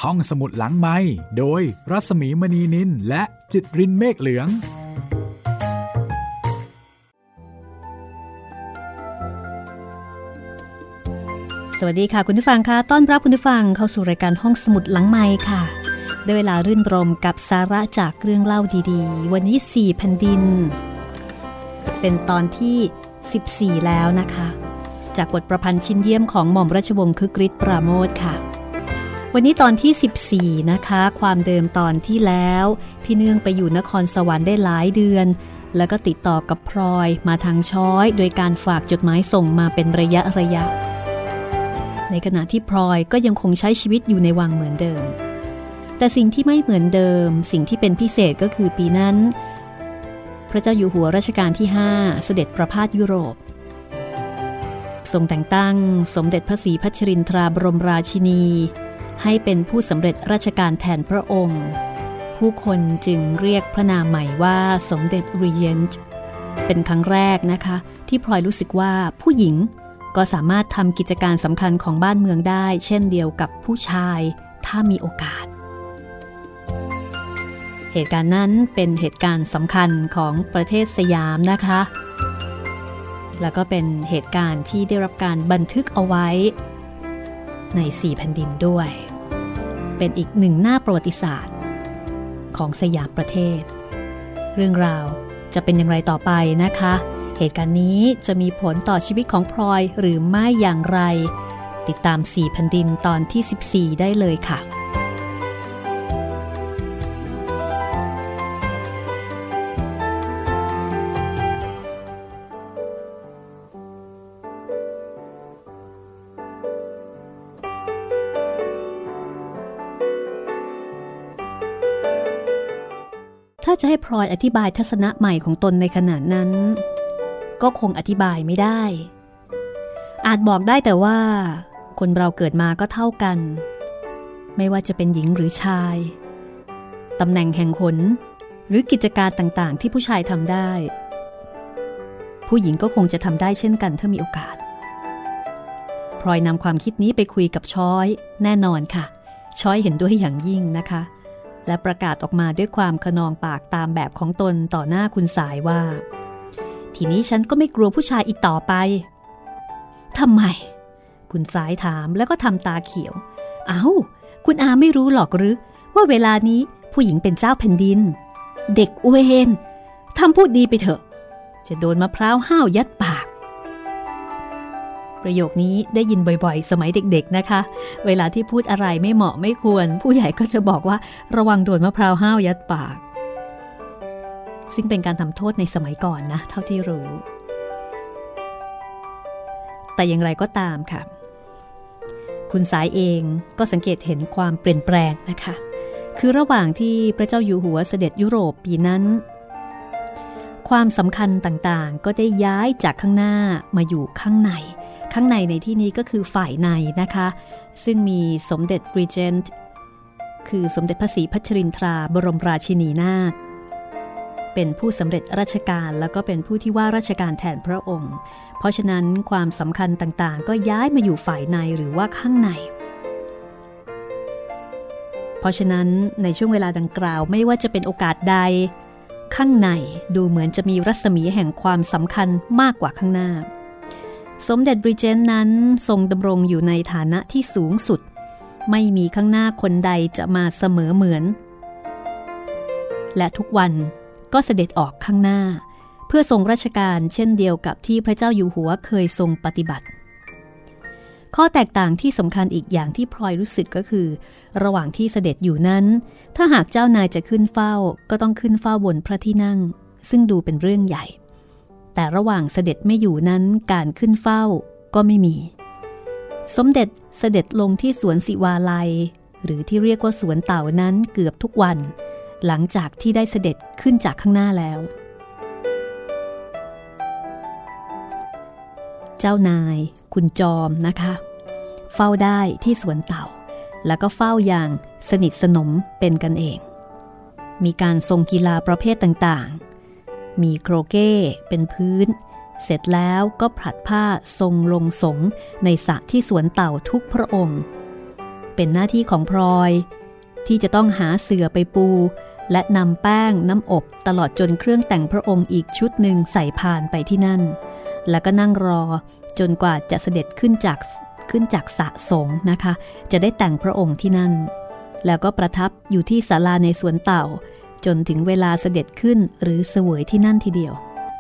ห้องสมุดหลังไมค์โดยรัศมีมณีนินและจิตรินเมฆเหลืองสวัสดีค่ะคุณผู้ฟังค่ะต้อนรับคุณผู้ฟังเข้าสู่รายการห้องสมุดหลังไมค์ค่ะได้เวลารื่นรมกับสาระจากเรื่องเล่าดีๆวันนี้4แผ่นดินเป็นตอนที่14แล้วนะคะจากบทประพันธ์ชิ้นเยี่ยมของหม่อมราชวงศ์คึกฤทธิ์ปราโมทค่ะวันนี้ตอนที่14นะคะความเดิมตอนที่แล้วพี่เนื่องไปอยู่นครสวรรค์ได้หลายเดือนแล้วก็ติดต่อกับพลอยมาทางช้อยโดยการฝากจดหมายส่งมาเป็นระยะในขณะที่พลอยก็ยังคงใช้ชีวิตอยู่ในวังเหมือนเดิมแต่สิ่งที่ไม่เหมือนเดิมสิ่งที่เป็นพิเศษก็คือปีนั้นพระเจ้าอยู่หัวรัชกาลที่5เสด็จประพาสยุโรปทรงแต่งตั้งสมเด็จพระศรีพัชรินทราบรมราชินีให้เป็นผู้สำเร็จราชการแทนพระองค์ผู้คนจึงเรียกพระนามใหม่ว่าสมเด็จรีเจนต์เป็นครั้งแรกนะคะที่พลอยรู้สึกว่าผู้หญิงก็สามารถทำกิจการสำคัญของบ้านเมืองได้เช่นเดียวกับผู้ชายถ้ามีโอกาสเหตุการณ์นั้นเป็นเหตุการณ์สำคัญของประเทศสยามนะคะแล้วก็เป็นเหตุการณ์ที่ได้รับการบันทึกเอาไว้ใน4แผ่นดินด้วยเป็นอีกหนึ่งหน้าประวัติศาสตร์ของสยามประเทศเรื่องราวจะเป็นอย่างไรต่อไปนะคะเหตุการณ์นี้จะมีผลต่อชีวิตของพลอยหรือไม่อย่างไรติดตาม4แผ่นดินตอนที่14ได้เลยค่ะถ้าจะให้พลอยอธิบายทัศนะใหม่ของตนในขณะนั้นก็คงอธิบายไม่ได้อาจบอกได้แต่ว่าคนเราเกิดมาก็เท่ากันไม่ว่าจะเป็นหญิงหรือชายตำแหน่งแห่งหนหรือกิจการต่างๆที่ผู้ชายทำได้ผู้หญิงก็คงจะทำได้เช่นกันถ้ามีโอกาสพลอยนำความคิดนี้ไปคุยกับช้อยแน่นอนค่ะช้อยเห็นด้วยอย่างยิ่งนะคะและประกาศออกมาด้วยความขนองปากตามแบบของตนต่อหน้าคุณสายว่าทีนี้ฉันก็ไม่กลัวผู้ชายอีกต่อไปทำไมคุณสายถามแล้วก็ทำตาเขียวเอ้าคุณอาไม่รู้หรอกหรือว่าเวลานี้ผู้หญิงเป็นเจ้าแผ่นดินเด็กเวนทำพูดดีไปเถอะจะโดนมะพร้าวห้าวยัดปากประโยคนี้ได้ยินบ่อยๆสมัยเด็กๆนะคะเวลาที่พูดอะไรไม่เหมาะไม่ควรผู้ใหญ่ก็จะบอกว่าระวังโดนมะพร้าวห้าวยัดปากซึ่งเป็นการทำโทษในสมัยก่อนนะเท่าที่รู้แต่อย่างไรก็ตามค่ะคุณสายเองก็สังเกตเห็นความเปลี่ยนแปลงนะคะคือระหว่างที่พระเจ้าอยู่หัวเสด็จยุโรปปีนั้นความสำคัญต่างๆก็ได้ย้ายจากข้างหน้ามาอยู่ข้างในในที่นี้ก็คือฝ่ายในนะคะซึ่งมีสมเด็จรีเจนต์คือสมเด็จพระศรีพัชรินทราบรมราชินีนาถเป็นผู้สำเร็จราชการแล้วก็เป็นผู้ที่ว่าราชการแทนพระองค์เพราะฉะนั้นความสำคัญต่างๆก็ย้ายมาอยู่ฝ่ายในหรือว่าข้างในเพราะฉะนั้นในช่วงเวลาดังกล่าวไม่ว่าจะเป็นโอกาสใดข้างในดูเหมือนจะมีรัศมีแห่งความสำคัญมากกว่าข้างหน้าสมเด็จรีเจนต์นั้นทรงดำรงอยู่ในฐานะที่สูงสุดไม่มีข้างหน้าคนใดจะมาเสมอเหมือนและทุกวันก็เสด็จออกข้างหน้าเพื่อทรงราชการเช่นเดียวกับที่พระเจ้าอยู่หัวเคยทรงปฏิบัติข้อแตกต่างที่สำคัญอีกอย่างที่พลอยรู้สึกก็คือระหว่างที่เสด็จอยู่นั้นถ้าหากเจ้านายจะขึ้นเฝ้าก็ต้องขึ้นเฝ้าบนพระที่นั่งซึ่งดูเป็นเรื่องใหญ่แต่ระหว่างเสด็จไม่อยู่นั้นการขึ้นเฝ้าก็ไม่มีสมเด็จเสด็จลงที่สวนศิวาลัยหรือที่เรียกว่าสวนเต่านั้นเกือบทุกวันหลังจากที่ได้เสด็จขึ้นจากข้างหน้าแล้วเจ้านายคุณจอมนะคะเฝ้าได้ที่สวนเต่าแล้วก็เฝ้าอย่างสนิทสนมเป็นกันเองมีการทรงกีฬาประเภทต่างๆมีโครเก้เป็นพื้นเสร็จแล้วก็ผลัดผ้าทรงลงสงในสระที่สวนเต่าทุกพระองค์เป็นหน้าที่ของพลอยที่จะต้องหาเสื่อไปปูและนำแป้งน้ำอบตลอดจนเครื่องแต่งพระองค์อีกชุดหนึ่งใส่พานไปที่นั่นแล้วก็นั่งรอจนกว่าจะเสด็จขึ้นจากสะสงนะคะจะได้แต่งพระองค์ที่นั่นแล้วก็ประทับอยู่ที่ศาลาในสวนเต่าจนถึงเวลาเสด็จขึ้นหรือเสวยที่นั่นทีเดียว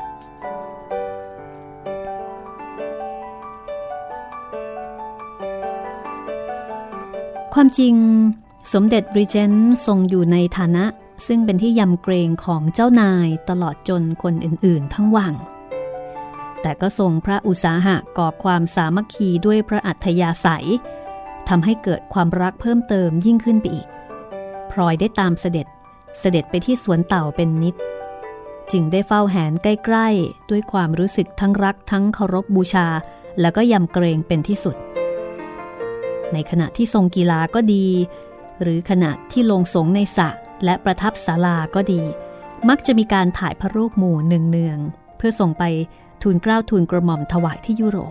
ความจริงสมเด็จรีเจนต์ทรงอยู่ในฐานะซึ่งเป็นที่ยำเกรงของเจ้านายตลอดจนคนอื่นๆทั้งวังแต่ก็ทรงพระอุตสาหะก่อความสามัคคีด้วยพระอัธยาศัยทำให้เกิดความรักเพิ่มเติมยิ่งขึ้นไปอีกพลอยได้ตามเสด็จไปที่สวนเต่าเป็นนิดจึงได้เฝ้าแหนใกล้ๆด้วยความรู้สึกทั้งรักทั้งเคารพบูชาแล้วก็ยำเกรงเป็นที่สุดในขณะที่ทรงกีฬาก็ดีหรือขณะที่ลงสงในสระและประทับศาลาก็ดีมักจะมีการถ่ายพระรูปหมู่เนืองๆเพื่อส่งไปทูลเกล้าทูลกระหม่อมถวายที่ยุโรป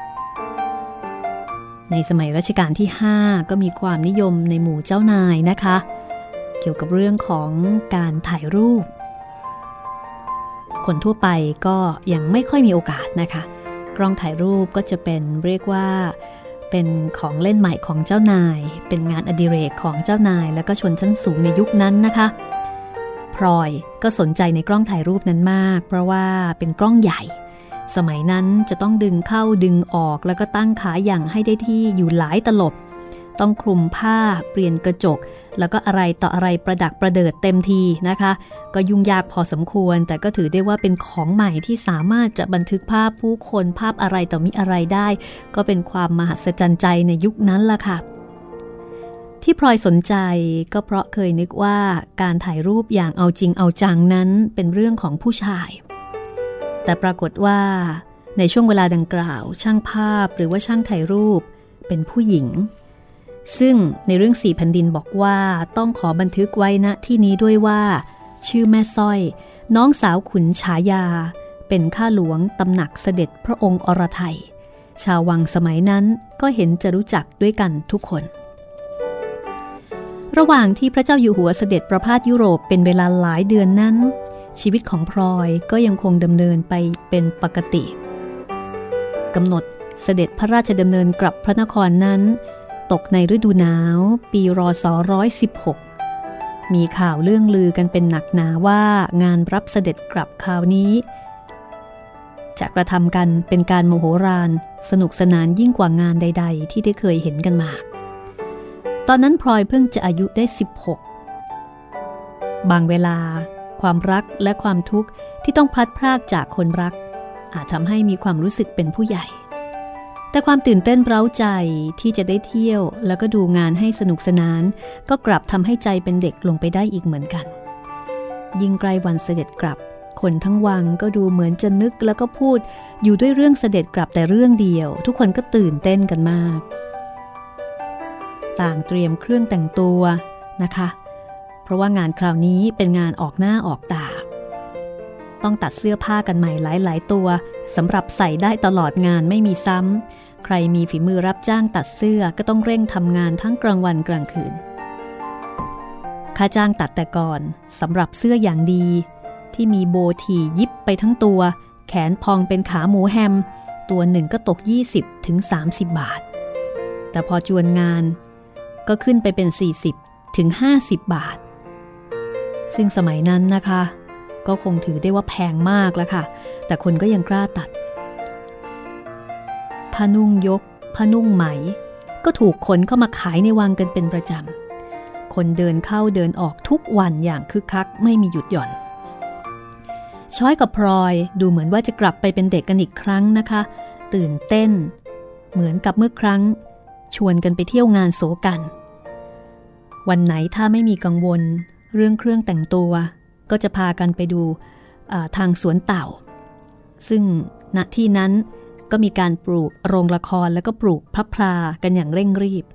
ในสมัยรัชกาลที่5ก็มีความนิยมในหมู่เจ้านายนะคะเกี่ยวกับเรื่องของการถ่ายรูปคนทั่วไปก็ยังไม่ค่อยมีโอกาสนะคะกล้องถ่ายรูปก็จะเป็นเรียกว่าเป็นของเล่นใหม่ของเจ้านายเป็นงานอดิเรกของเจ้านายแล้วก็ชนชั้นสูงในยุคนั้นนะคะพลอยก็สนใจในกล้องถ่ายรูปนั้นมากเพราะว่าเป็นกล้องใหญ่สมัยนั้นจะต้องดึงเข้าดึงออกแล้วก็ตั้งขาอย่างให้ได้ที่อยู่หลายตลบต้องคลุมผ้าเปลี่ยนกระจกแล้วก็อะไรต่ออะไรประดักประเดิดเต็มทีนะคะก็ยุ่งยากพอสมควรแต่ก็ถือได้ว่าเป็นของใหม่ที่สามารถจะบันทึกภาพผู้คนภาพอะไรต่อมิอะไรได้ก็เป็นความมหัศจรรย์ใจในยุคนั้นล่ะค่ะที่พลอยสนใจก็เพราะเคยนึกว่าการถ่ายรูปอย่างเอาจริงเอาจังนั้นเป็นเรื่องของผู้ชายแต่ปรากฏว่าในช่วงเวลาดังกล่าวช่างภาพหรือว่าช่างถ่ายรูปเป็นผู้หญิงซึ่งในเรื่อง4แผ่นดินบอกว่าต้องขอบันทึกไว้ณที่นี้ด้วยว่าชื่อแม่สร้อยน้องสาวขุนฉายาเป็นข้าหลวงตำหนักเสด็จพระองค์อรไทยชาววังสมัยนั้นก็เห็นจะรู้จักด้วยกันทุกคนระหว่างที่พระเจ้าอยู่หัวเสด็จประพาสยุโรปเป็นเวลาหลายเดือนนั้นชีวิตของพลอยก็ยังคงดำเนินไปเป็นปกติกำหนดเสด็จพระราชดำเนินกลับพระนครนั้นตกในฤดูหนาวปีรศ116มีข่าวเรื่องลือกันเป็นหนักหนาว่างานรับเสด็จกลับคราวนี้จะกระทำกันเป็นการโมโหฬารสนุกสนานยิ่งกว่างานใดๆที่ได้เคยเห็นกันมาตอนนั้นพลอยเพิ่งจะอายุได้16บางเวลาความรักและความทุกข์ที่ต้องพลัดพรากจากคนรักอาจทำให้มีความรู้สึกเป็นผู้ใหญ่แต่ความตื่นเต้นเร้าใจที่จะได้เที่ยวแล้วก็ดูงานให้สนุกสนานก็กลับทำให้ใจเป็นเด็กลงไปได้อีกเหมือนกันยิ่งใกล้วันเสด็จกลับคนทั้งวังก็ดูเหมือนจะนึกแล้วก็พูดอยู่ด้วยเรื่องเสด็จกลับแต่เรื่องเดียวทุกคนก็ตื่นเต้นกันมากต่างเตรียมเครื่องแต่งตัวนะคะเพราะว่างานคราวนี้เป็นงานออกหน้าออกตาต้องตัดเสื้อผ้ากันใหม่หลายๆตัวสำหรับใส่ได้ตลอดงานไม่มีซ้ำใครมีฝีมือรับจ้างตัดเสื้อก็ต้องเร่งทำงานทั้งกลางวันกลางคืนค่าจ้างตัดแต่ก่อนสำหรับเสื้ออย่างดีที่มีโบถี่ยิบไปทั้งตัวแขนพองเป็นขาหมูแฮมตัวหนึ่งก็ตก20ถึง30 บาทแต่พอจวนงานก็ขึ้นไปเป็น40ถึง50 บาทซึ่งสมัยนั้นนะคะก็คงถือได้ว่าแพงมากแล้วค่ะแต่คนก็ยังกล้าตัดผ้านุ่งยกผ้านุ่งไหมก็ถูกขนเข้ามาขายในวังกันเป็นประจำคนเดินเข้าเดินออกทุกวันอย่างคึกคักไม่มีหยุดหย่อนช้อยกับพลอยดูเหมือนว่าจะกลับไปเป็นเด็กกันอีกครั้งนะคะตื่นเต้นเหมือนกับเมื่อครั้งชวนกันไปเที่ยวงานโศกันวันไหนถ้าไม่มีกังวลเรื่องเครื่องแต่งตัวก็จะพากันไปดูทางสวนเต่าซึ่งณที่นั้นก็มีการปลูกโรงละครแล้วก็ปลูกพระพลากันอย่างเร่งรีบ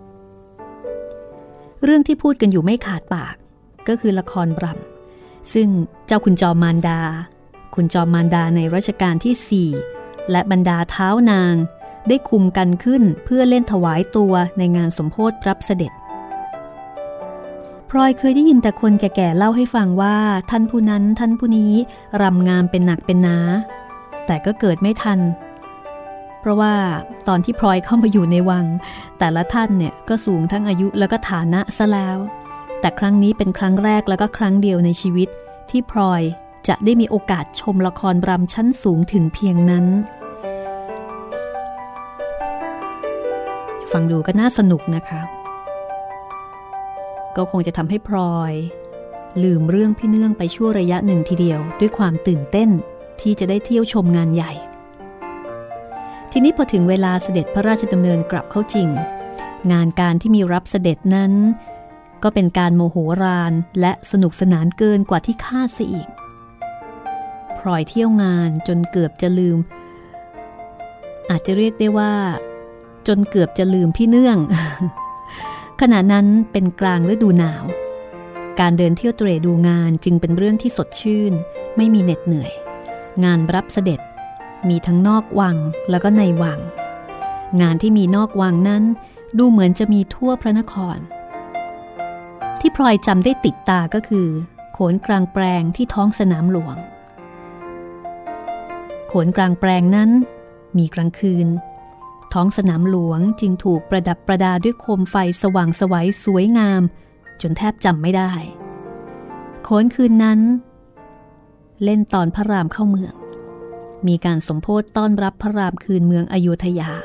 เรื่องที่พูดกันอยู่ไม่ขาดปากก็คือละครบรำซึ่งเจ้าคุณจอมมารดาในรัชกาลที่4และบรรดาเท้านางได้คุมกันขึ้นเพื่อเล่นถวายตัวในงานสมโภชรับเสด็จพลอยเคยได้ยินแต่คนแก่ๆเล่าให้ฟังว่าท่านผู้นั้นท่านผู้นี้รำงามเป็นหนักเป็นหนาแต่ก็เกิดไม่ทันเพราะว่าตอนที่พลอยเข้ามาอยู่ในวังแต่ละท่านเนี่ยก็สูงทั้งอายุแล้วก็ฐานะซะแล้วแต่ครั้งนี้เป็นครั้งแรกแล้วก็ครั้งเดียวในชีวิตที่พลอยจะได้มีโอกาสชมละครรำชั้นสูงถึงเพียงนั้นฟังดูก็น่าสนุกนะคะก็คงจะทำให้พลอยลืมเรื่องพี่เนื่องไปชั่วระยะหนึ่งทีเดียวด้วยความตื่นเต้นที่จะได้เที่ยวชมงานใหญ่ทีนี้พอถึงเวลาเสด็จพระราชดำเนินกลับเข้าจริงงานการที่มีรับเสด็จนั้นก็เป็นการโมโหฬารและสนุกสนานเกินกว่าที่คาดเสียอีกพลอยเที่ยวงานจนเกือบจะลืมอาจจะเรียกได้ว่าจนเกือบจะลืมพี่เนื่อง ขณะนั้นเป็นกลางฤดูหนาวการเดินเที่ยวเตร่ดูงานจึงเป็นเรื่องที่สดชื่นไม่มีเหน็ดเหนื่อยงานรับเสด็จมีทั้งนอกวังแล้วก็ในวังงานที่มีนอกวังนั้นดูเหมือนจะมีทั่วพระนครที่พลอยจำได้ติดตาก็คือโขนกลางแปลงที่ท้องสนามหลวงโขนกลางแปลงนั้นมีกลางคืนท้องสนามหลวงจึงถูกประดับประดาด้วยโคมไฟสว่างไสวสวยงามจนแทบจำไม่ได้โขนคืนนั้นเล่นตอนพระรามเข้าเมืองมีการสมโภชต้อนรับพระรามคืนเมืองอโยธยา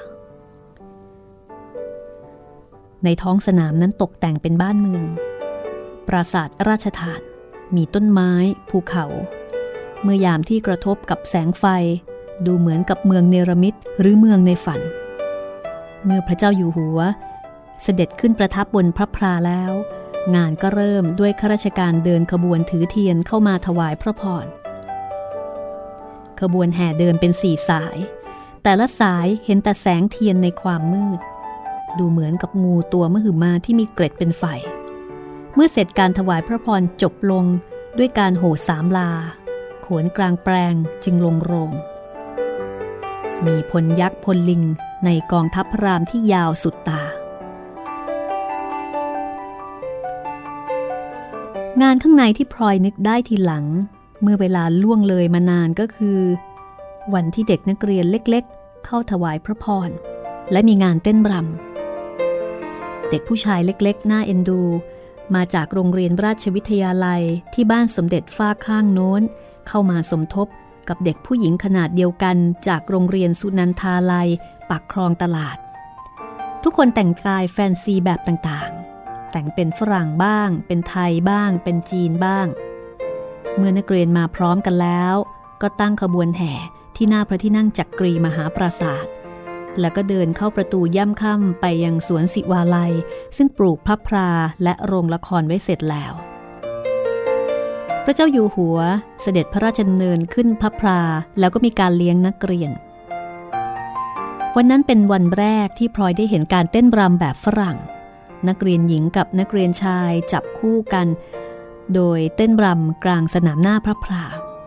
ในท้องสนามนั้นตกแต่งเป็นบ้านเมืองปราสาทราชธานมีต้นไม้ภูเขาเมื่อยามที่กระทบกับแสงไฟดูเหมือนกับเมืองเนรมิตหรือเมืองในฝันเมื่อพระเจ้าอยู่หัวเสด็จขึ้นประทับบนพระพลาแล้วงานก็เริ่มด้วยข้าราชการเดินขบวนถือเทียนเข้ามาถวายพระพรขบวนแห่เดินเป็น4 สายแต่ละสายเห็นแต่แสงเทียนในความมืดดูเหมือนกับงูตัวมหึมาที่มีเกร็ดเป็นไฟเมื่อเสร็จการถวายพระพรจบลงด้วยการโห่3 ลาโขนกลางแปลงจึงลงโรงมีพลยักษ์พลลิงในกองทัพพระรามที่ยาวสุดตางานข้างในที่พลอยนึกได้ทีหลังเมื่อเวลาล่วงเลยมานานก็คือวันที่เด็กนักเรียนเล็กๆเข้าถวายพระพรและมีงานเต้นรำเด็กผู้ชายเล็กๆน่าเอ็นดูมาจากโรงเรียนราชวิทยาลัยที่บ้านสมเด็จฟ้าข้างโน้นเข้ามาสมทบกับเด็กผู้หญิงขนาดเดียวกันจากโรงเรียนสุนันทาลัยปากคลองตลาดทุกคนแต่งกายแฟนซีแบบต่างๆแต่งเป็นฝรั่งบ้างเป็นไทยบ้างเป็นจีนบ้างเมื่อนักเรียนมาพร้อมกันแล้วก็ตั้งขบวนแห่ที่หน้าพระที่นั่งจักรีมหาปราสาทแล้วก็เดินเข้าประตูย่ำค่ำไปยังสวนศิวาลัยซึ่งปลูกพระพราและโรงละครไว้เสร็จแล้วพระเจ้าอยู่หัวเสด็จพระราชดำเนินขึ้นพระพราแล้วก็มีการเลี้ยงนักเรียนวันนั้นเป็นวันแรกที่พลอยได้เห็นการเต้นรำแบบฝรั่งนักเรียนหญิงกับนักเรียนชายจับคู่กันโดยเต้นรำกลางสนามหน้าพระพรา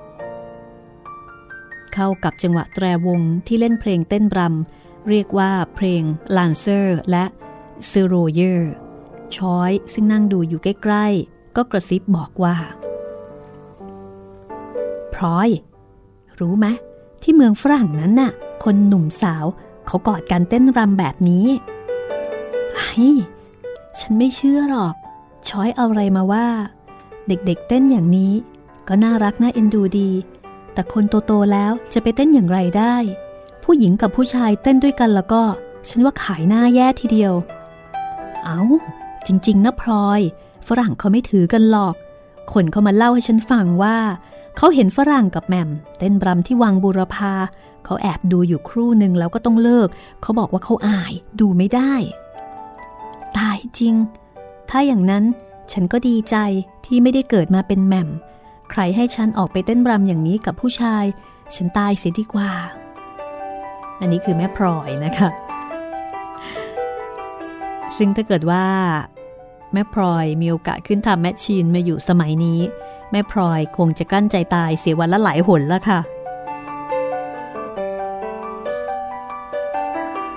เข้ากับจังหวะแตรวงที่เล่นเพลงเต้นรำเรียกว่าเพลงลานเซอร์และเซโรเยอร์ช้อยซึ่งนั่งดูอยู่ใกล้ๆก็กระซิบบอกว่าพลอยรู้ไหมที่เมืองฝรั่งนั้นน่ะคนหนุ่มสาวเขากอดกันเต้นรำแบบนี้เฮ้ยฉันไม่เชื่อหรอกช้อยเอาอะไรมาว่าเด็กๆเต้นอย่างนี้ก็น่ารักน่าเอ็นดูดีแต่คนโตๆแล้วจะไปเต้นอย่างไรได้ผู้หญิงกับผู้ชายเต้นด้วยกันแล้วก็ฉันว่าขายหน้าแย่ทีเดียวเอ้าจริงๆนะพลอยฝรั่งเขาไม่ถือกันหรอกคนเขามาเล่าให้ฉันฟังว่าเขาเห็นฝรั่งกับแหม่มเต้นรำที่วังบูรพาเขาแอบดูอยู่ครู่หนึ่งแล้วก็ต้องเลิกเขาบอกว่าเขาอายดูไม่ได้ตายจริงถ้าอย่างนั้นฉันก็ดีใจที่ไม่ได้เกิดมาเป็นแหม่มใครให้ฉันออกไปเต้นรำอย่างนี้กับผู้ชายฉันตายเสียดีกว่าอันนี้คือแม่พลอยนะคะซึ่งถ้าเกิดว่าแม่พลอยมีโอกาสขึ้นทำแมชชีนมาอยู่สมัยนี้แม่พลอยคงจะกลั้นใจตายเสียวันละหลายหนแล้วค่ะ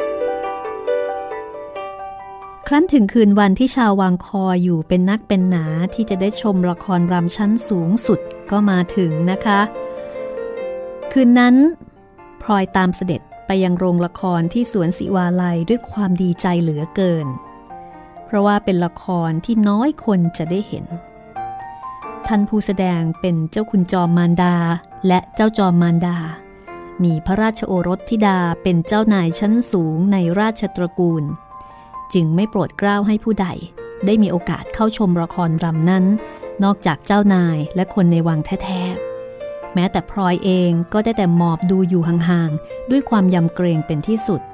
ครั้นถึงคืนวันที่ชาววังคอยอยู่เป็นนักเป็นหนาที่จะได้ชมละครรำชั้นสูงสุดก็มาถึงนะคะคืนนั้นพลอยตามเสด็จไปยังโรงละครที่สวนศิวาลัยด้วยความดีใจเหลือเกินเพราะว่าเป็นละครที่น้อยคนจะได้เห็นท่านผู้แสดงเป็นเจ้าคุณจอมมารดาและเจ้าจอมมารดามีพระราชโอรสธิดาเป็นเจ้านายชั้นสูงในราชตระกูลจึงไม่โปรดเกล้าให้ผู้ใดได้มีโอกาสเข้าชมละครรำนั้นนอกจากเจ้านายและคนในวังแท้ๆแม้แต่พลอยเองก็ได้แต่หมอบดูอยู่ห่างๆด้วยความยำเกรงเป็นที่สุด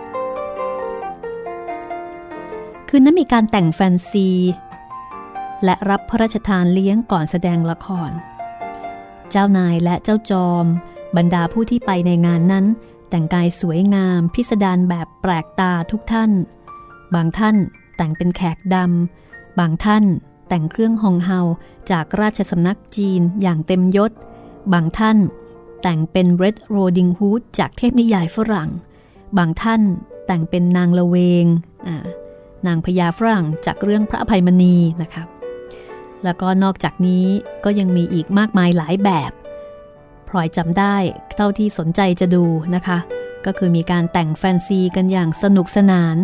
คืนนั้นมีการแต่งแฟนซีและรับพระราชทานเลี้ยงก่อนแสดงละครเจ้านายและเจ้าจอมบรรดาผู้ที่ไปในงานนั้นแต่งกายสวยงามพิสดารแบบแปลกตาทุกท่านบางท่านแต่งเป็นแขกดำบางท่านแต่งเครื่องฮองเฮาจากราชสำนักจีนอย่างเต็มยศบางท่านแต่งเป็นเรดโรดิงฮูดจากเทพนิยายฝรั่งบางท่านแต่งเป็นนางละเวงนางพญาฝรั่งจากเรื่องพระอภัยมณีนะคะแล้วก็นอกจากนี้ก็ยังมีอีกมากมายหลายแบบพลอยจำได้เท่าที่สนใจจะดูนะคะก็คือมีการแต่งแฟนซีกันอย่างสนุกสนาน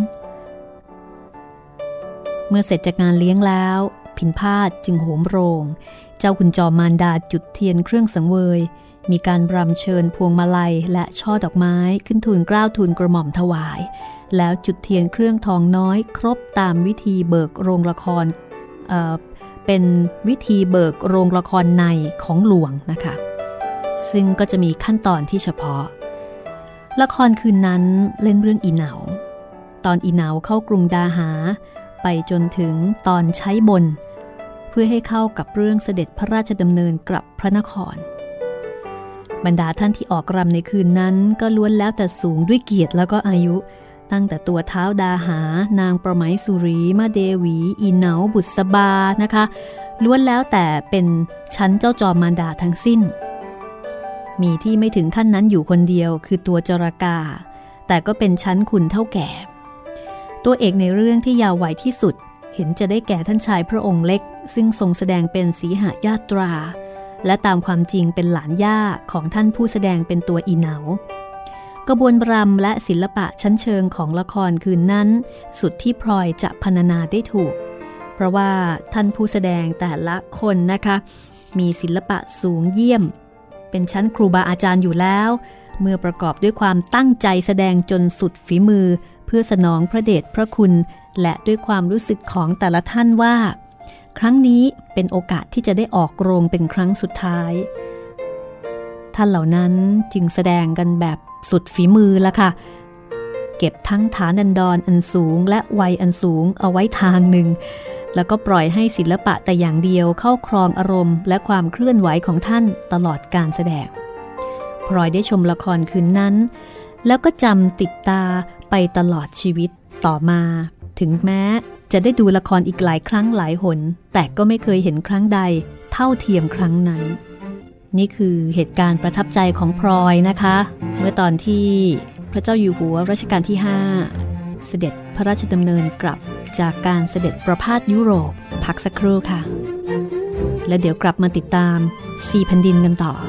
เมื่อเสร็จจากงานเลี้ยงแล้วพิณพาทย์จึงโหมโรงเจ้าคุณจอมมารดาจุดเทียนเครื่องสังเวยมีการรำเชิญพวงมาลัยและช่อดอกไม้ขึ้นทูลเกล้าทูลกระหม่อมถวายแล้วจุดเทียนเครื่องทองน้อยครบตามวิธีเบิกโรงละครเป็นวิธีเบิกโรงละครในของหลวงนะคะซึ่งก็จะมีขั้นตอนที่เฉพาะละครคืนนั้นเล่นเรื่องอีเหนาตอนอีเหนาเข้ากรุงดาหาไปจนถึงตอนใช้บนเพื่อให้เข้ากับเรื่องเสด็จพระราชดำเนินกลับพระนครบรรดาท่านที่ออกรำในคืนนั้นก็ล้วนแล้วแต่สูงด้วยเกียรติแล้วก็อายุตั้งแต่ตัวเท้าดาหานางประไหมสุรีมาเดวีอีเหนาบุษบานะคะล้วนแล้วแต่เป็นชั้นเจ้าจอมมารดาทั้งสิ้นมีที่ไม่ถึงขั้นนั้นอยู่คนเดียวคือตัวจรกาแต่ก็เป็นชั้นคุณเท่าแก่ตัวเอกในเรื่องที่ยาววัยที่สุดเห็นจะได้แก่ท่านชายพระองค์เล็กซึ่งทรงแสดงเป็นสีหญาตราและตามความจริงเป็นหลานย่าของท่านผู้แสดงเป็นตัวอีเหนากระบวนรำและศิลปะชั้นเชิงของละครคืนนั้นสุดที่พลอยจะพรรณนาได้ถูกเพราะว่าท่านผู้แสดงแต่ละคนนะคะมีศิลปะสูงเยี่ยมเป็นชั้นครูบาอาจารย์อยู่แล้วเมื่อประกอบด้วยความตั้งใจแสดงจนสุดฝีมือเพื่อสนองพระเดชพระคุณและด้วยความรู้สึกของแต่ละท่านว่าครั้งนี้เป็นโอกาสที่จะได้ออกโรงเป็นครั้งสุดท้ายท่านเหล่านั้นจึงแสดงกันแบบสุดฝีมือละค่ะเก็บทั้งฐานันดรอันสูงและวัยอันสูงเอาไว้ทางหนึ่งแล้วก็ปล่อยให้ศิลปะแต่อย่างเดียวเข้าครองอารมณ์และความเคลื่อนไหวของท่านตลอดการแสดงพลอยได้ชมละครคืนนั้นแล้วก็จำติดตาไปตลอดชีวิตต่อมาถึงแม้จะได้ดูละครอีกหลายครั้งหลายหนแต่ก็ไม่เคยเห็นครั้งใดเท่าเทียมครั้งนั้นนี่คือเหตุการณ์ประทับใจของพลอยนะคะเมื่อตอนที่พระเจ้าอยู่หัวรัชกาลที่5เสด็จพระราชดำเนินกลับจากการเสด็จประพาสยุโรปพักสักครู่ค่ะและเดี๋ยวกลับมาติดตาม4แผ่นดินกันต่อ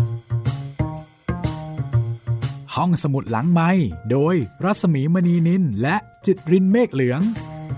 ห้องสมุดหลังไมค์โดยรัศมีมณีนินและจิตรินเมฆเหลือง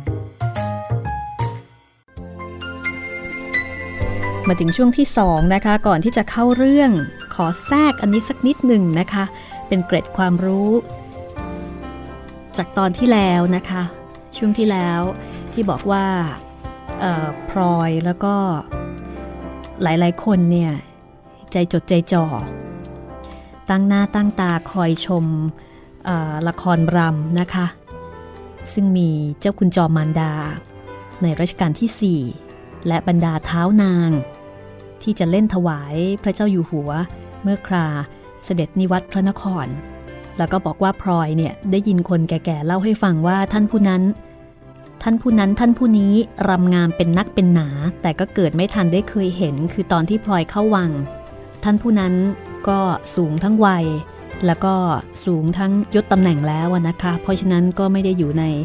มาถึงช่วงที่2นะคะก่อนที่จะเข้าเรื่องขอแทรกอันนี้สักนิดหนึ่งนะคะเป็นเกร็ดความรู้จากตอนที่แล้วนะคะช่วงที่แล้วที่บอกว่าพลอยแล้วก็หลายๆคนเนี่ยใจจดใจจ่อตั้งหน้าตั้งตาคอยชมละครรำนะคะซึ่งมีเจ้าคุณจอมมารดาในรัชกาลที่4และบรรดาเท้านางที่จะเล่นถวายพระเจ้าอยู่หัวเมื่อคราเสด็จนิวัตรพระนครแล้วก็บอกว่าพลอยเนี่ยได้ยินคนแก่ๆเล่าให้ฟังว่าท่านผู้นั้นท่านผู้นี้รำงามเป็นนักเป็นหนาแต่ก็เกิดไม่ทันได้เคยเห็นคือตอนที่พลอยเข้าวังท่านผู้นั้นก็สูงทั้งวัยแล้วก็สูงทั้งยศตำแหน่งแล้วนะคะเพราะฉะนั้นก็ไม่ได้อยู่ใน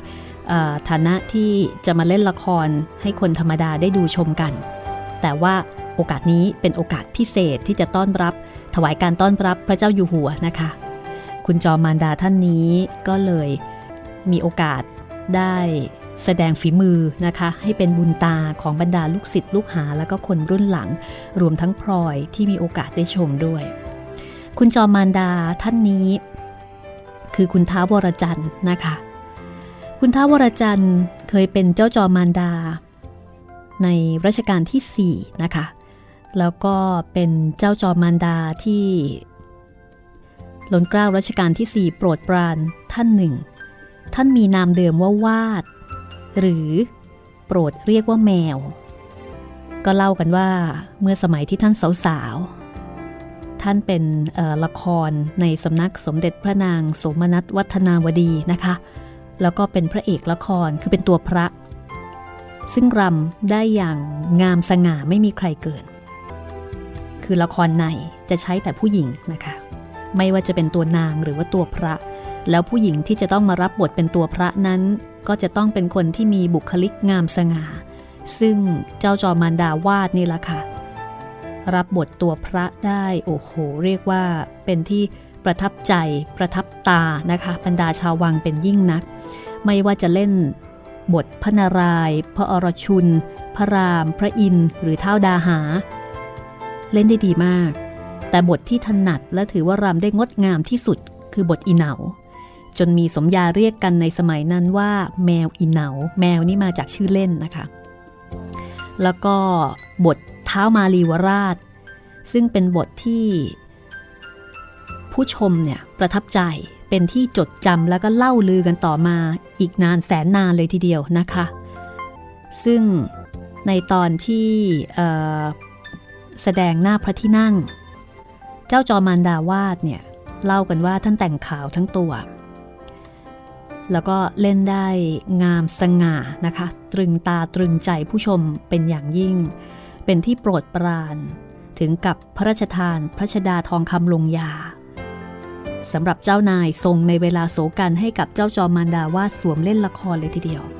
ฐานะที่จะมาเล่นละครให้คนธรรมดาได้ดูชมกันแต่ว่าโอกาสนี้เป็นโอกาสพิเศษที่จะต้อนรับถวายการต้อนรับพระเจ้าอยู่หัวนะคะคุณจอมมารดาท่านนี้ก็เลยมีโอกาสได้แสดงฝีมือนะคะให้เป็นบุญตาของบรรดาลูกศิษย์ลูกหาแล้วก็คนรุ่นหลังรวมทั้งพลอยที่มีโอกาสได้ชมด้วยคุณจอมมารดาท่านนี้คือคุณท้าววรจันทร์นะคะคุณท้าววรจันทร์เคยเป็นเจ้าจอมมารดาในรัชกาลที่4นะคะแล้วก็เป็นเจ้าจอมมารดาที่ล้นเกล้ารัชกาลที่4โปรดปรานท่านหนึ่งท่านมีนามเดิมว่าวาดหรือโปรดเรียกว่าแมวก็เล่ากันว่าเมื่อสมัยที่ท่านสาวๆท่านเป็นละครในสำนักสมเด็จพระนางโสมนัสวัฒนาวดีนะคะแล้วก็เป็นพระเอกละครคือเป็นตัวพระซึ่งรำได้อย่างงามสง่าไม่มีใครเกินคือละครในจะใช้แต่ผู้หญิงนะคะไม่ว่าจะเป็นตัวนางหรือว่าตัวพระแล้วผู้หญิงที่จะต้องมารับบทเป็นตัวพระนั้นก็จะต้องเป็นคนที่มีบุคลิกงามสง่าซึ่งเจ้าจอมมารดาวาดนี่แหละค่ะรับบทตัวพระได้โอ้โหเรียกว่าเป็นที่ประทับใจประทับตานะคะบรรดาชาววังเป็นยิ่งนักไม่ว่าจะเล่นบทพระนารายณ์พระอรชุนพระรามพระอินทร์หรือท้าวดาหาเล่นได้ดีมากแต่บทที่ถนัดและถือว่ารำได้งดงามที่สุดคือบทอีเหนาจนมีสมญาเรียกกันในสมัยนั้นว่าแมวอีเหนาแมวนี่มาจากชื่อเล่นนะคะแล้วก็บทท้าวมาลีวราชซึ่งเป็นบทที่ผู้ชมเนี่ยประทับใจเป็นที่จดจำแล้วก็เล่าลือกันต่อมาอีกนานแสนนานเลยทีเดียวนะคะซึ่งในตอนที่แสดงหน้าพระที่นั่งเจ้าจอมมารดาวาดเนี่ยเล่ากันว่าท่านแต่งขาวทั้งตัวแล้วก็เล่นได้งามสง่านะคะตรึงตาตรึงใจผู้ชมเป็นอย่างยิ่งเป็นที่โปรดปรานถึงกับพระราชทานพระชดาทองคำลงยาสำหรับเจ้านายทรงในเวลาโศกันให้กับเจ้าจอมมารดาวาดสวมเล่นละครเลยทีเดียว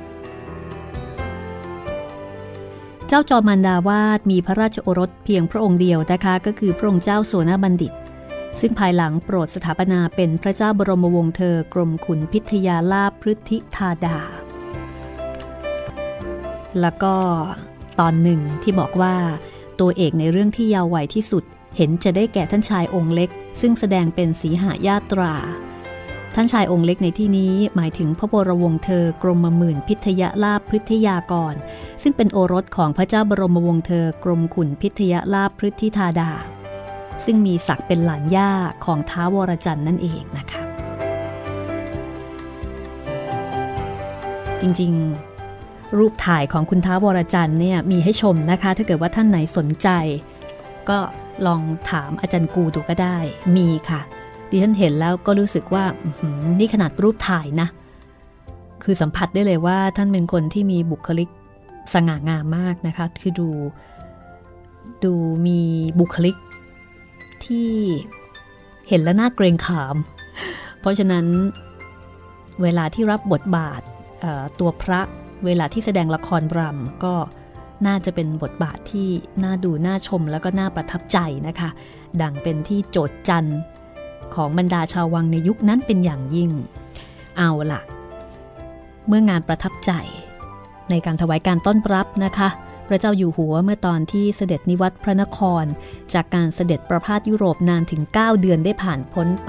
เจ้าจอมมารดาวาดมีพระราชโอรสเพียงพระองค์เดียวนะคะก็คือพระองค์เจ้าโสนบัณฑิตซึ่งภายหลังโปรดสถาปนาเป็นพระเจ้าบรมวงศ์เธอกรมขุนพิทยาลาภพฤทธิธาดาแล้วก็ตอนหนึ่งที่บอกว่าตัวเอกในเรื่องที่ยาววัยที่สุดเห็นจะได้แก่ท่านชายองค์เล็กซึ่งแสดงเป็นสีหญาตราท่านชายองค์เล็กในที่นี้หมายถึงพระบรมวงศ์เธอกรมหมื่นพิทยาลาภพฤทธิยากรซึ่งเป็นโอรสของพระเจ้าบรมวงศ์เธอกรมขุนพิทยาลาภพฤทธิธาดาซึ่งมีศักดิ์เป็นหลานย่าของท้าววรจันทร์นั่นเองนะคะจริงๆรูปถ่ายของคุณท้าววรจันทร์เนี่ยมีให้ชมนะคะถ้าเกิดว่าท่านไหนสนใจก็ลองถามอาจารย์กูดูก็ได้มีค่ะดิฉันเห็นแล้วก็รู้สึกว่านี่ขนาดรูปถ่ายนะคือสัมผัสได้เลยว่าท่านเป็นคนที่มีบุคลิกสง่างามมากนะคะคือดูมีบุคลิกที่เห็นแล้วน่าเกรงขามเพราะฉะนั้นเวลาที่รับบทบาทตัวพระเวลาที่แสดงละครรำก็น่าจะเป็นบทบาทที่น่าดูน่าชมแล้วก็น่าประทับใจนะคะดังเป็นที่โจษจันของบรรดาชาววังในยุคนั้นเป็นอย่างยิ่งเอาล่ะเมื่องานประทับใจในการถวายการต้อนรับนะคะพระเจ้าอยู่หัวเมื่อตอนที่เสด็จนิวัตรพระนครจากการเสด็จประพาสยุโรปนานถึง9เดือนได้ผ่านพ้นไป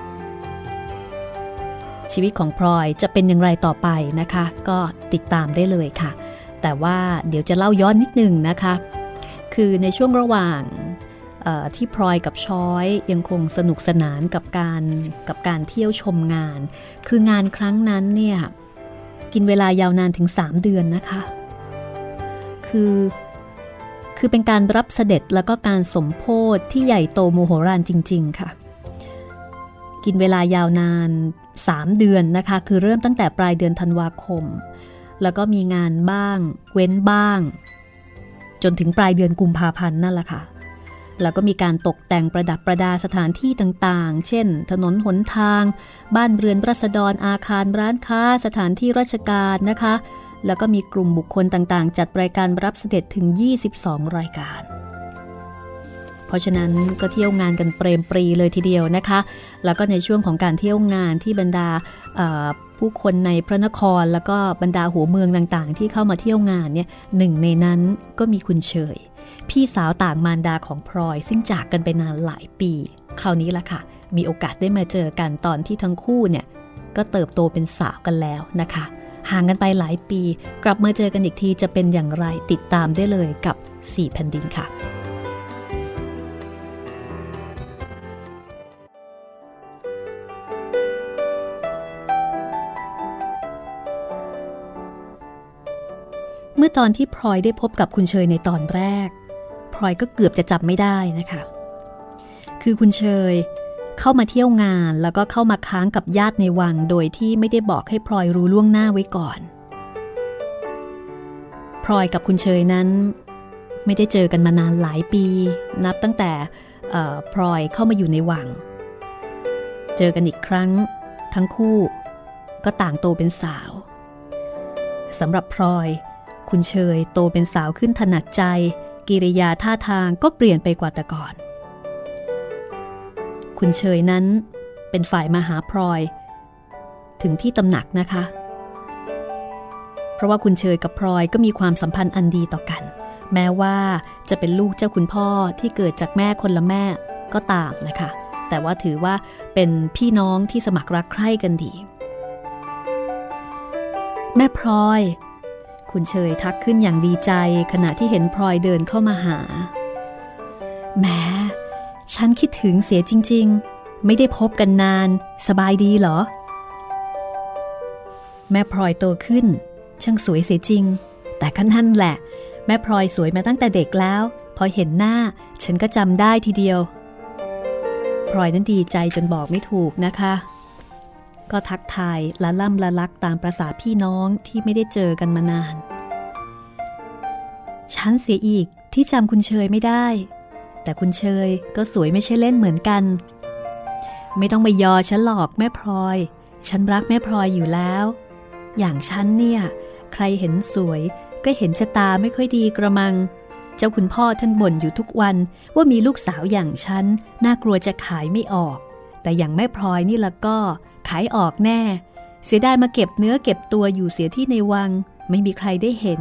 ชีวิตของพลอยจะเป็นอย่างไรต่อไปนะคะก็ติดตามได้เลยค่ะแต่ว่าเดี๋ยวจะเล่าย้อนนิดนึงนะคะคือในช่วงระหว่างที่พลอยกับช้อยยังคงสนุกสนานกับการเที่ยวชมงานคืองานครั้งนั้นเนี่ยกินเวลายาวนานถึง3เดือนนะคะคือเป็นการรับเสด็จแล้วก็การสมโภชที่ใหญ่โตโมโหฬารจริงๆค่ะกินเวลายาวนาน3เดือนนะคะคือเริ่มตั้งแต่ปลายเดือนธันวาคมแล้วก็มีงานบ้างเว้นบ้างจนถึงปลายเดือนกุมภาพันธ์นั่นแหละค่ะแล้วก็มีการตกแต่งประดับประดาสถานที่ต่างๆเช่นถนนหนทางบ้านเรือนราษฎรอาคารร้านค้าสถานที่ราชการนะคะแล้วก็มีกลุ่มบุคคลต่างๆจัดรายการรับเสด็จถึง22รายการเพราะฉะนั้นก็เที่ยวงานกันเปรมปรีเลยทีเดียวนะคะแล้วก็ในช่วงของการเที่ยวงานที่บรรดาผู้คนในพระนครแล้วก็บรรดาหัวเมืองต่างๆที่เข้ามาเที่ยวงานเนี่ยหนึ่งในนั้นก็มีคุณเฉยพี่สาวต่างมารดาของพลอยซึ่งจากกันไปนานหลายปีคราวนี้ล่ะค่ะมีโอกาสได้มาเจอกันตอนที่ทั้งคู่เนี่ยก็เติบโตเป็นสาวกันแล้วนะคะห่างกันไปหลายปีกลับมาเจอกันอีกทีจะเป็นอย่างไรติดตามได้เลยกับ4แผ่นดินค่ะเมื่อตอนที่พลอยได้พบกับคุณเชยในตอนแรกพลอยก็เกือบจะจำไม่ได้นะคะคือคุณเชยเข้ามาเที่ยวงานแล้วก็เข้ามาค้างกับญาติในวังโดยที่ไม่ได้บอกให้พลอยรู้ล่วงหน้าไว้ก่อนพลอยกับคุณเชยนั้นไม่ได้เจอกันมานานหลายปีนับตั้งแต่พลอยเข้ามาอยู่ในวังเจอกันอีกครั้งทั้งคู่ก็ต่างโตเป็นสาวสำหรับพลอยคุณเชยโตเป็นสาวขึ้นถนัดใจกิริยาท่าทางก็เปลี่ยนไปกว่าแต่ก่อนคุณเชยนั้นเป็นฝ่ายมาหาพลอยถึงที่ตำหนักนะคะเพราะว่าคุณเชยกับพลอยก็มีความสัมพันธ์อันดีต่อกันแม้ว่าจะเป็นลูกเจ้าคุณพ่อที่เกิดจากแม่คนละแม่ก็ตามนะคะแต่ว่าถือว่าเป็นพี่น้องที่สมัครรักใคร่กันดีแม่พลอยคุณเชยทักขึ้นอย่างดีใจขณะที่เห็นพลอยเดินเข้ามาหาแหมฉันคิดถึงเสียจริงๆไม่ได้พบกันนานสบายดีเหรอแม่พลอยโตขึ้นช่างสวยเสียจริงแต่ก็นั่นแหละแม่พลอยสวยมาตั้งแต่เด็กแล้วพอเห็นหน้าฉันก็จำได้ทีเดียวพลอยนั้นดีใจจนบอกไม่ถูกนะคะก็ทักทายละล่ำละลักตามประสาพี่น้องที่ไม่ได้เจอกันมานานฉันเสียอีกที่จำคุณเชยไม่ได้แต่คุณเชยก็สวยไม่ใช่เล่นเหมือนกันไม่ต้องมายอฉันหรอกแม่พลอยฉันรักแม่พลอยอยู่แล้วอย่างฉันเนี่ยใครเห็นสวยก็เห็นชะตาไม่ค่อยดีกระมังเจ้าคุณพ่อท่านบ่นอยู่ทุกวันว่ามีลูกสาวอย่างฉันน่ากลัวจะขายไม่ออกแต่อย่างแม่พลอยนี่ละก็ขายออกแน่เสียดายมาเก็บเนื้อเก็บตัวอยู่เสียที่ในวังไม่มีใครได้เห็น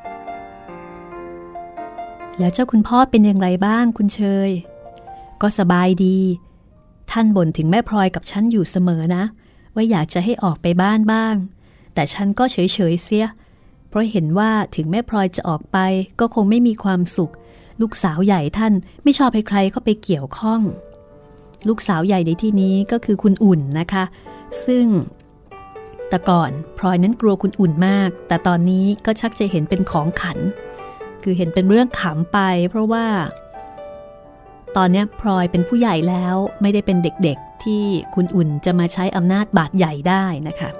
แล้วเจ้าคุณพ่อเป็นอย่างไรบ้างคุณเชยก็สบายดีท่านบ่นถึงแม่พลอยกับฉันอยู่เสมอนะว่าอยากจะให้ออกไปบ้านบ้างแต่ฉันก็เฉยๆเสียเพราะเห็นว่าถึงแม่พลอยจะออกไปก็คงไม่มีความสุขลูกสาวใหญ่ท่านไม่ชอบให้ใครเข้าไปเกี่ยวข้องลูกสาวใหญ่ในที่นี้ก็คือคุณอุ่นนะคะซึ่งแต่ก่อนพลอยนั้นกลัวคุณอุ่นมากแต่ตอนนี้ก็ชักจะเห็นเป็นของขันคือเห็นเป็นเรื่องขำไปเพราะว่าตอนนี้พลอยเป็นผู้ใหญ่แล้วไม่ได้เป็นเด็กๆที่คุณอุ่นจะมาใช้อำนาจบาดใหญ่ได้นะคะ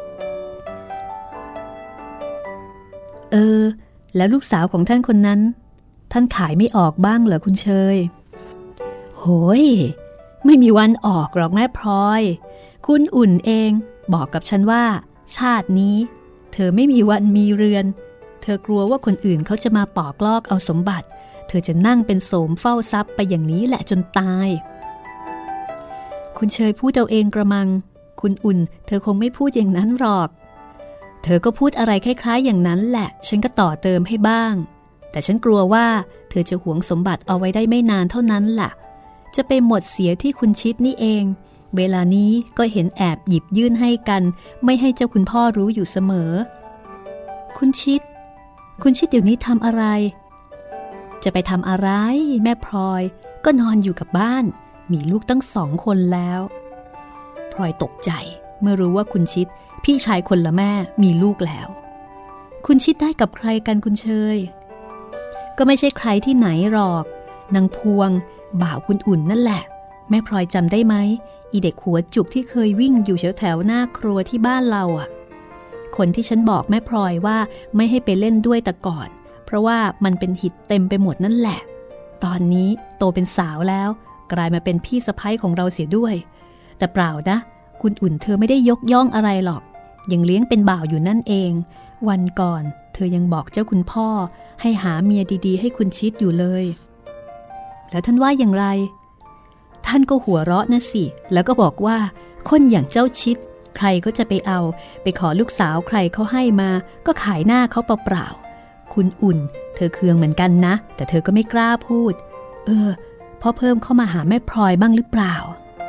แล้วลูกสาวของท่านคนนั้นท่านขายไม่ออกบ้างเหรอคุณเชยโหยไม่มีวันออกหรอกแม่พลอยคุณอุ่นเองบอกกับฉันว่าชาตินี้เธอไม่มีวันมีเรือนเธอกลัวว่าคนอื่นเขาจะมาปอกลอกเอาสมบัติเธอจะนั่งเป็นโสมเฝ้าทรัพย์ไปอย่างนี้แหละจนตายคุณเชยพูดเอาเองกระมังคุณอุ่นเธอคงไม่พูดอย่างนั้นหรอกเธอก็พูดอะไรคล้ายๆอย่างนั้นแหละฉันก็ต่อเติมให้บ้างแต่ฉันกลัวว่าเธอจะหวงสมบัติเอาไว้ได้ไม่นานเท่านั้นล่ะจะไปหมดเสียที่คุณชิดนี่เองเวลานี้ก็เห็นแอบหยิบยื่นให้กันไม่ให้เจ้าคุณพ่อรู้อยู่เสมอคุณชิดเดี๋ยวนี้ทำอะไรจะไปทำอะไรแม่พลอยก็นอนอยู่กับบ้านมีลูกตั้ง2 คนแล้วพลอยตกใจเมื่อรู้ว่าคุณชิดพี่ชายคนละแม่มีลูกแล้วคุณชิดได้กับใครกันคุณเชยก็ไม่ใช่ใครที่ไหนหรอกนางพวงบ่าวคุณอุ่นนั่นแหละแม่พลอยจำได้ไหมอีเด็กหัวจุกที่เคยวิ่งอยู่แถวหน้าครัวที่บ้านเราอ่ะคนที่ฉันบอกแม่พลอยว่าไม่ให้ไปเล่นด้วยแต่ก่อนเพราะว่ามันเป็นหิดเต็มไปหมดนั่นแหละตอนนี้โตเป็นสาวแล้วกลายมาเป็นพี่สะใภ้ของเราเสียด้วยแต่เปล่านะคุณอุ่นเธอไม่ได้ยกย่องอะไรหรอกยังเลี้ยงเป็นบ่าวอยู่นั่นเองวันก่อนเธอยังบอกเจ้าคุณพ่อให้หาเมียดีๆให้คุณชิดอยู่เลยแล้วท่านว่าอย่างไรท่านก็หัวเราะนะสิแล้วก็บอกว่าคนอย่างเจ้าชิดใครก็จะไปเอาไปขอลูกสาวใครเขาให้มาก็ขายหน้าเขาเปล่าๆคุณอุ่นเธอเคืองเหมือนกันนะแต่เธอก็ไม่กล้าพูดพ่อเพิ่มเข้ามาหาแม่พลอยบ้างหรือเปล่า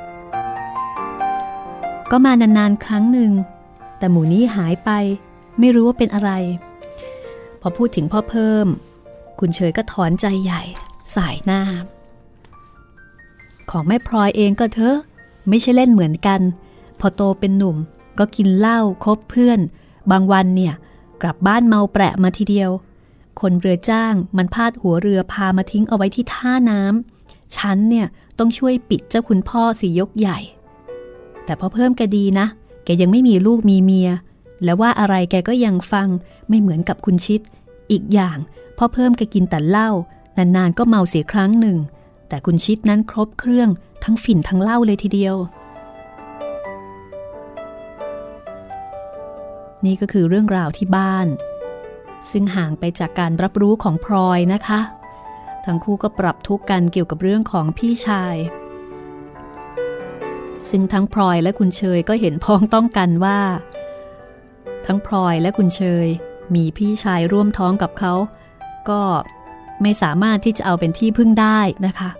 ก็มานานๆครั้งหนึ่งแต่หมู่นี้หายไปไม่รู้ว่าเป็นอะไรพอพูดถึงพ่อเพิ่มคุณเฉยก็ถอนใจใหญ่สายหน้าของแม่พลอยเองก็เถอะไม่ใช่เล่นเหมือนกันพอโตเป็นหนุ่มก็กินเหล้าคบเพื่อนบางวันเนี่ยกลับบ้านเมาแปะมาทีเดียวคนเรือจ้างมันพาดหัวเรือพามาทิ้งเอาไว้ที่ท่าน้ำฉันเนี่ยต้องช่วยปิดเจ้าคุณพ่อสิยกใหญ่แต่พอเพิ่มแกดีนะแกยังไม่มีลูกมีเมียและว่าอะไรแกก็ยังฟังไม่เหมือนกับคุณชิดอีกอย่างพอเพิ่มแกกินแต่เหล้านานๆก็เมาเสียครั้งหนึ่งแต่คุณชิดนั้นครบเครื่องทั้งฝิ่นทั้งเหล้าเลยทีเดียวนี่ก็คือเรื่องราวที่บ้านซึ่งห่างไปจากการรับรู้ของพลอยนะคะทั้งคู่ก็ปรับทุกข์กันเกี่ยวกับเรื่องของพี่ชายซึ่งทั้งพลอยและคุณเชยก็เห็นพ้องต้องกันว่าทั้งพลอยและคุณเชยมีพี่ชายร่วมท้องกับเขาก็ไม่สามารถที่จะเอาเป็นที่พึ่งได้นะคะ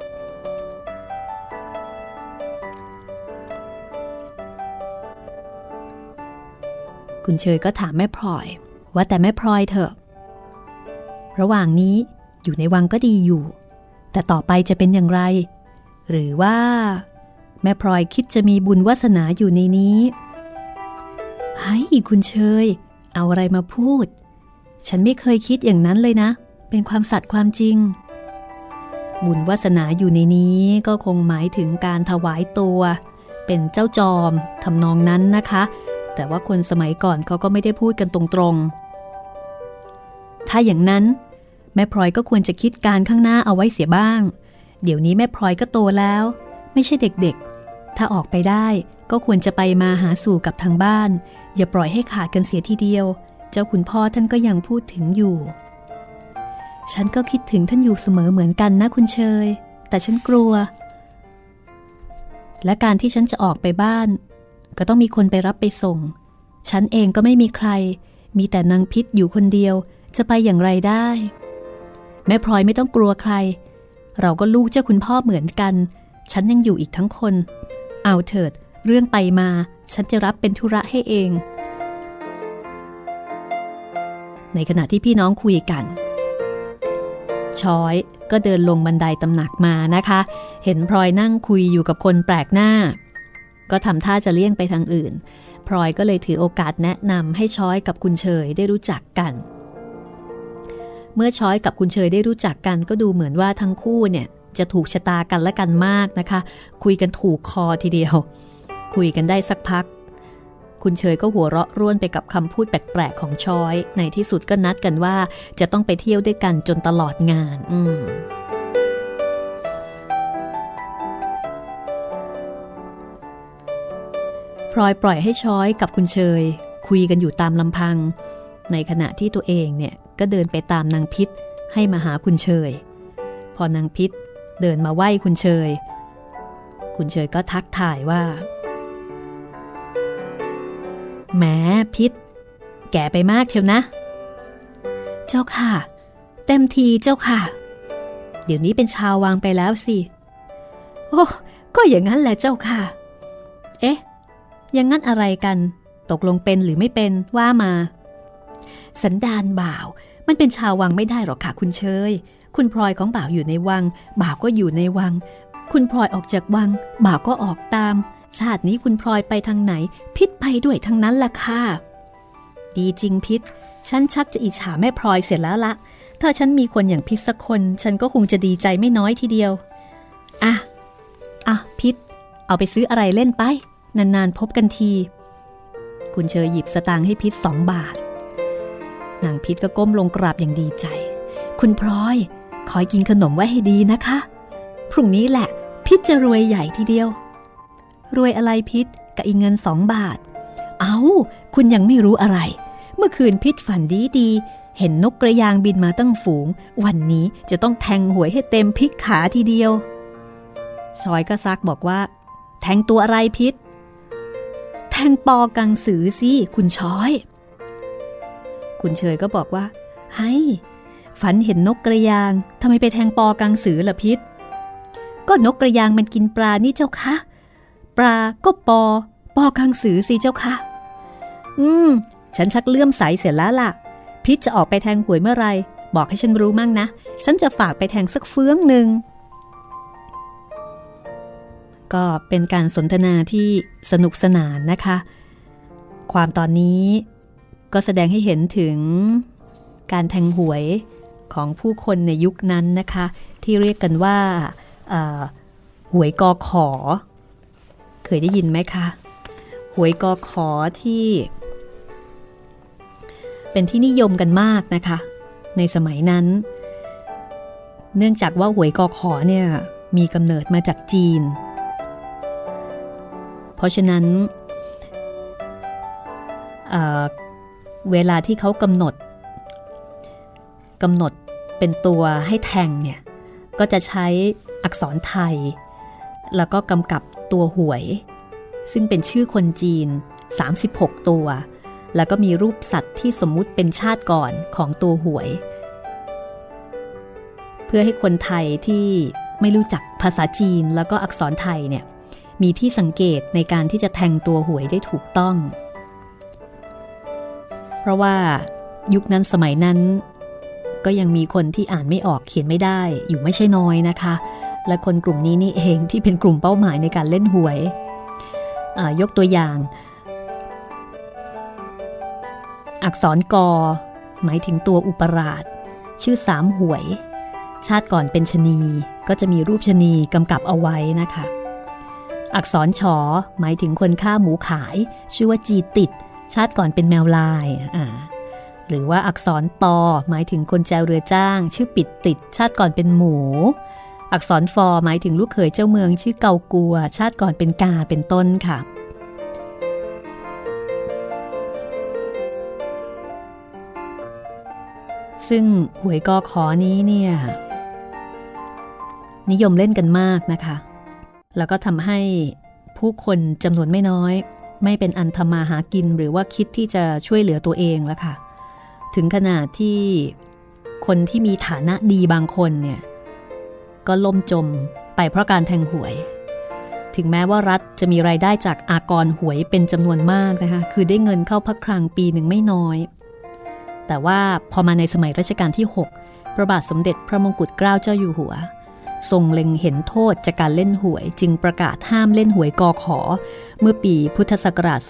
คุณเชยก็ถามแม่พลอยว่าแต่แม่พลอยเถอะระหว่างนี้อยู่ในวังก็ดีอยู่แต่ต่อไปจะเป็นอย่างไรหรือว่าแม่พลอยคิดจะมีบุญวาสนาอยู่ในนี้เฮ้ยคุณเชยเอาอะไรมาพูดฉันไม่เคยคิดอย่างนั้นเลยนะเป็นความสัตย์ความจริงบุญวาสนาอยู่ในนี้ก็คงหมายถึงการถวายตัวเป็นเจ้าจอมทำนองนั้นนะคะแต่ว่าคนสมัยก่อนเขาก็ไม่ได้พูดกันตรงๆถ้าอย่างนั้นแม่พลอยก็ควรจะคิดการข้างหน้าเอาไว้เสียบ้างเดี๋ยวนี้แม่พลอยก็โตแล้วไม่ใช่เด็กๆถ้าออกไปได้ก็ควรจะไปมาหาสู่กับทางบ้านอย่าปล่อยให้ขาดกันเสียทีเดียวเจ้าคุณพ่อท่านก็ยังพูดถึงอยู่ฉันก็คิดถึงท่านอยู่เสมอเหมือนกันนะคุณเชยแต่ฉันกลัวและการที่ฉันจะออกไปบ้านก็ต้องมีคนไปรับไปส่งฉันเองก็ไม่มีใครมีแต่นางพิษอยู่คนเดียวจะไปอย่างไรได้แม่พลอยไม่ต้องกลัวใครเราก็ลูกเจ้าคุณพ่อเหมือนกันฉันยังอยู่อีกทั้งคนเอาเถิดเรื่องไปมาฉันจะรับเป็นธุระให้เองในขณะที่พี่น้องคุยกันช้อยก็เดินลงบันไดตำหนักมานะคะเห็นพลอยนั่งคุยอยู่กับคนแปลกหน้าก็ทำท่าจะเลี่ยงไปทางอื่นพลอยก็เลยถือโอกาสแนะนำให้ช้อยกับคุณเชยได้รู้จักกันเมื่อช้อยกับคุณเชยได้รู้จักกันก็ดูเหมือนว่าทั้งคู่เนี่ยจะถูกชะตากันและกันมากนะคะคุยกันถูกคอทีเดียวคุยกันได้สักพักคุณเชยก็หัวเราะร่วนไปกับคำพูดแปลกๆของช้อยในที่สุดก็นัดกันว่าจะต้องไปเที่ยวด้วยกันจนตลอดงานพลอยปล่อยให้ช้อยกับคุณเชยคุยกันอยู่ตามลำพังในขณะที่ตัวเองเนี่ยก็เดินไปตามนางพิษให้มาหาคุณเชยพอนางพิษเดินมาไหว้คุณเชยคุณเชยก็ทักทายว่าแหมพิษแก่ไปมากเทียวนะเจ้าค่ะเต็มทีเจ้าค่ะเดี๋ยวนี้เป็นชาววังไปแล้วสิโอ้ก็อย่างนั้นแหละเจ้าค่ะเอ๊ะอย่างนั้นอะไรกันตกลงเป็นหรือไม่เป็นว่ามาสันดานบ่าวมันเป็นชาววังไม่ได้หรอกค่ะคุณเชยคุณพลอยของบ่าวอยู่ในวังบ่าวก็อยู่ในวังคุณพลอยออกจากวังบ่าวก็ออกตามชาตินี้คุณพลอยไปทางไหนพิษไปด้วยทั้งนั้นล่ะค่ะดีจริงพิษฉันชักจะอิจฉาแม่พลอยเสร็จแล้วละถ้าฉันมีคนอย่างพิษสักคนฉันก็คงจะดีใจไม่น้อยทีเดียวอ่ะพิษเอาไปซื้ออะไรเล่นไปนานๆพบกันทีคุณเชยหยิบสตางค์ให้พิษ2 บาทนางพิษก็ก้มลงกราบอย่างดีใจคุณพลอยคอยกินขนมไว้ให้ดีนะคะพรุ่งนี้แหละพิษจะรวยใหญ่ทีเดียวรวยอะไรพิษกับอีเงิน2 บาทเอาคุณยังไม่รู้อะไรเมื่อคืนพิษฝันดีเห็นนกกระยางบินมาตั้งฝูงวันนี้จะต้องแทงหวยให้เต็มพิกขาทีเดียวชอยก็ซักบอกว่าแทงตัวอะไรพิษแทงปอกังสือสิคุณชอยคุณเชยก็บอกว่าเฮ้ยฝันเห็นนกกระยางทำไมไปแทงปอกังสือล่ะพิษก็นกกระยางมันกินปลานี่เจ้าคะปลาก็ปอกังสือสิเจ้าคะฉันชักเลื่อมใสเสียแล้วล่ะพิษจะออกไปแทงหวยเมื่อไรบอกให้ฉันรู้มั่งนะฉันจะฝากไปแทงสักเฟื้องหนึ่งก็เป็นการสนทนาที่สนุกสนานนะคะความตอนนี้ก็แสดงให้เห็นถึงการแทงหวยของผู้คนในยุคนั้นนะคะที่เรียกกันว่าหวยกขอเคยได้ยินไหมคะหวยกขอที่เป็นที่นิยมกันมากนะคะในสมัยนั้นเนื่องจากว่าหวยกขอเนี่ยมีกำเนิดมาจากจีนเพราะฉะนั้นเวลาที่เขากำหนดเป็นตัวให้แทงเนี่ยก็จะใช้อักษรไทยแล้วก็กำกับตัวหวยซึ่งเป็นชื่อคนจีน36ตัวแล้วก็มีรูปสัตว์ที่สมมุติเป็นชาติก่อนของตัวหวยเพื่อให้คนไทยที่ไม่รู้จักภาษาจีนแล้วก็อักษรไทยเนี่ยมีที่สังเกตในการที่จะแทงตัวหวยได้ถูกต้องเพราะว่ายุคนั้นสมัยนั้นก็ยังมีคนที่อ่านไม่ออกเขียนไม่ได้อยู่ไม่ใช่น้อยนะคะและคนกลุ่มนี้นี่เองที่เป็นกลุ่มเป้าหมายในการเล่นหวยยกตัวอย่างอักษรกอหมายถึงตัวอุปราชชื่อ3หวยชาติก่อนเป็นชะนีก็จะมีรูปชะนีกำกับเอาไว้นะคะอักษรฉอหมายถึงคนฆ่าหมูขายชื่อว่าจีติดชาติก่อนเป็นแมวลายหรือว่าอักษรตอหมายถึงคนแจวเรือจ้างชื่อปิดติดชาติก่อนเป็นหมูอักษรฟอหมายถึงลูกเขยเจ้าเมืองชื่อเกากัวชาติก่อนเป็นกาเป็นต้นค่ะซึ่งหวยกอขอนี้เนี่ยนิยมเล่นกันมากนะคะแล้วก็ทำให้ผู้คนจำนวนไม่น้อยไม่เป็นอันทำมาหากินหรือว่าคิดที่จะช่วยเหลือตัวเองแล้วค่ะถึงขนาดที่คนที่มีฐานะดีบางคนเนี่ยก็ล่มจมไปเพราะการแทงหวยถึงแม้ว่ารัฐจะมีรายได้จากอากรหวยเป็นจำนวนมากนะคะคือได้เงินเข้าพักคลังปีหนึ่งไม่น้อยแต่ว่าพอมาในสมัยรัชกาลที่6พระบาทสมเด็จพระมงกุฎเกล้าเจ้าอยู่หัวทรงเล็งเห็นโทษจากการเล่นหวยจึงประกาศห้ามเล่นหวยกข.เมื่อปีพุทธศักราช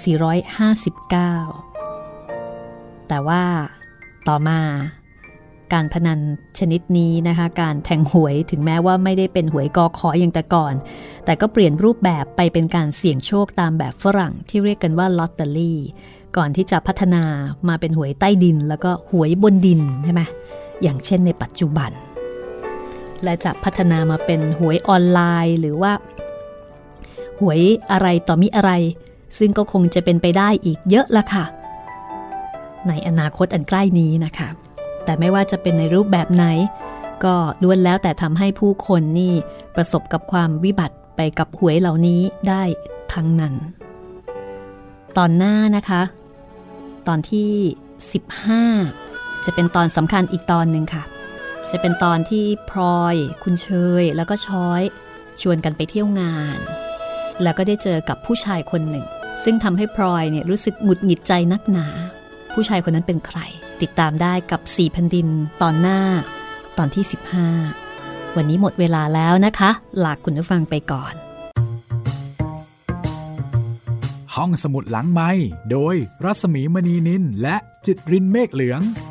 2459 แต่ว่าต่อมาการพนันชนิดนี้นะคะการแทงหวยถึงแม้ว่าไม่ได้เป็นหวยกข.อย่างแต่ก่อนแต่ก็เปลี่ยนรูปแบบไปเป็นการเสี่ยงโชคตามแบบฝรั่งที่เรียกกันว่าลอตเตอรี่ก่อนที่จะพัฒนามาเป็นหวยใต้ดินแล้วก็หวยบนดินใช่ไหมอย่างเช่นในปัจจุบันและจะพัฒนามาเป็นหวยออนไลน์หรือว่าหวยอะไรต่อมิอะไรซึ่งก็คงจะเป็นไปได้อีกเยอะละค่ะในอนาคตอันใกล้นี้นะคะแต่ไม่ว่าจะเป็นในรูปแบบไหนก็ล้วนแล้วแต่ทำให้ผู้คนนี่ประสบกับความวิบัติไปกับหวยเหล่านี้ได้ทั้งนั้นตอนหน้านะคะตอนที่15จะเป็นตอนสำคัญอีกตอนหนึ่งค่ะจะเป็นตอนที่พลอยคุณเชยแล้วก็ช้อยชวนกันไปเที่ยวงานแล้วก็ได้เจอกับผู้ชายคนหนึ่งซึ่งทำให้พลอยเนี่ยรู้สึกหงุดหงิดใจนักหนาผู้ชายคนนั้นเป็นใครติดตามได้กับ4แผ่นดินตอนหน้าตอนที่15วันนี้หมดเวลาแล้วนะคะลาคุณผู้ฟังไปก่อนห้องสมุดหลังไมค์โดยรัศมีมณีนินและจิตรินเมฆเหลือง